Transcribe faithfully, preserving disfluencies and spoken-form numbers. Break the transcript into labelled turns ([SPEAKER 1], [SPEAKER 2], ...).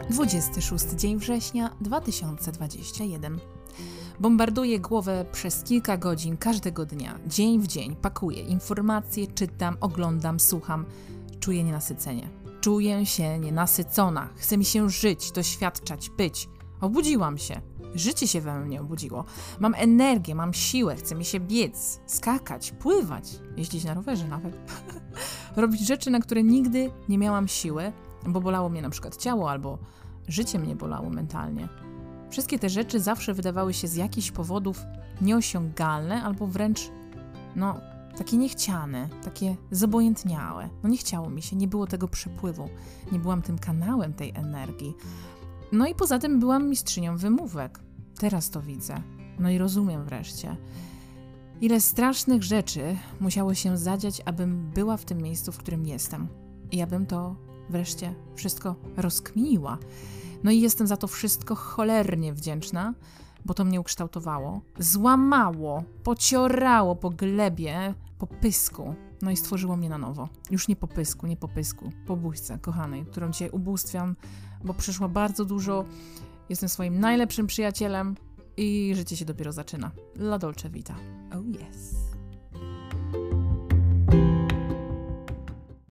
[SPEAKER 1] dwudziesty szósty dzień września dwa tysiące dwudziesty pierwszy. Bombarduję głowę przez kilka godzin każdego dnia, dzień w dzień, pakuję informacje, czytam, oglądam, słucham. Czuję nienasycenie. Czuję się nienasycona. Chce mi się żyć, doświadczać, być. Obudziłam się. Życie się we mnie obudziło. Mam energię, mam siłę, chce mi się biec, skakać, pływać, jeździć na rowerze nawet. Robić rzeczy, na które nigdy nie miałam siły, bo bolało mnie na przykład ciało albo życie mnie bolało mentalnie. Wszystkie te rzeczy zawsze wydawały się z jakichś powodów nieosiągalne albo wręcz, no, takie niechciane, takie zobojętniałe. No nie chciało mi się, nie było tego przepływu, nie byłam tym kanałem tej energii. No i poza tym byłam mistrzynią wymówek. Teraz to widzę. No i rozumiem wreszcie. Ile strasznych rzeczy musiało się zadziać, abym była w tym miejscu, w którym jestem. I abym to wreszcie wszystko rozkminiła. No i jestem za to wszystko cholernie wdzięczna, bo to mnie ukształtowało, złamało, pociorało po glebie, po pysku, no i stworzyło mnie na nowo. Już nie po pysku, nie po pysku, po buźce kochanej, którą dzisiaj ubóstwiam, bo przeszła bardzo dużo, jestem swoim najlepszym przyjacielem i życie się dopiero zaczyna. La dolce vita. Oh yes.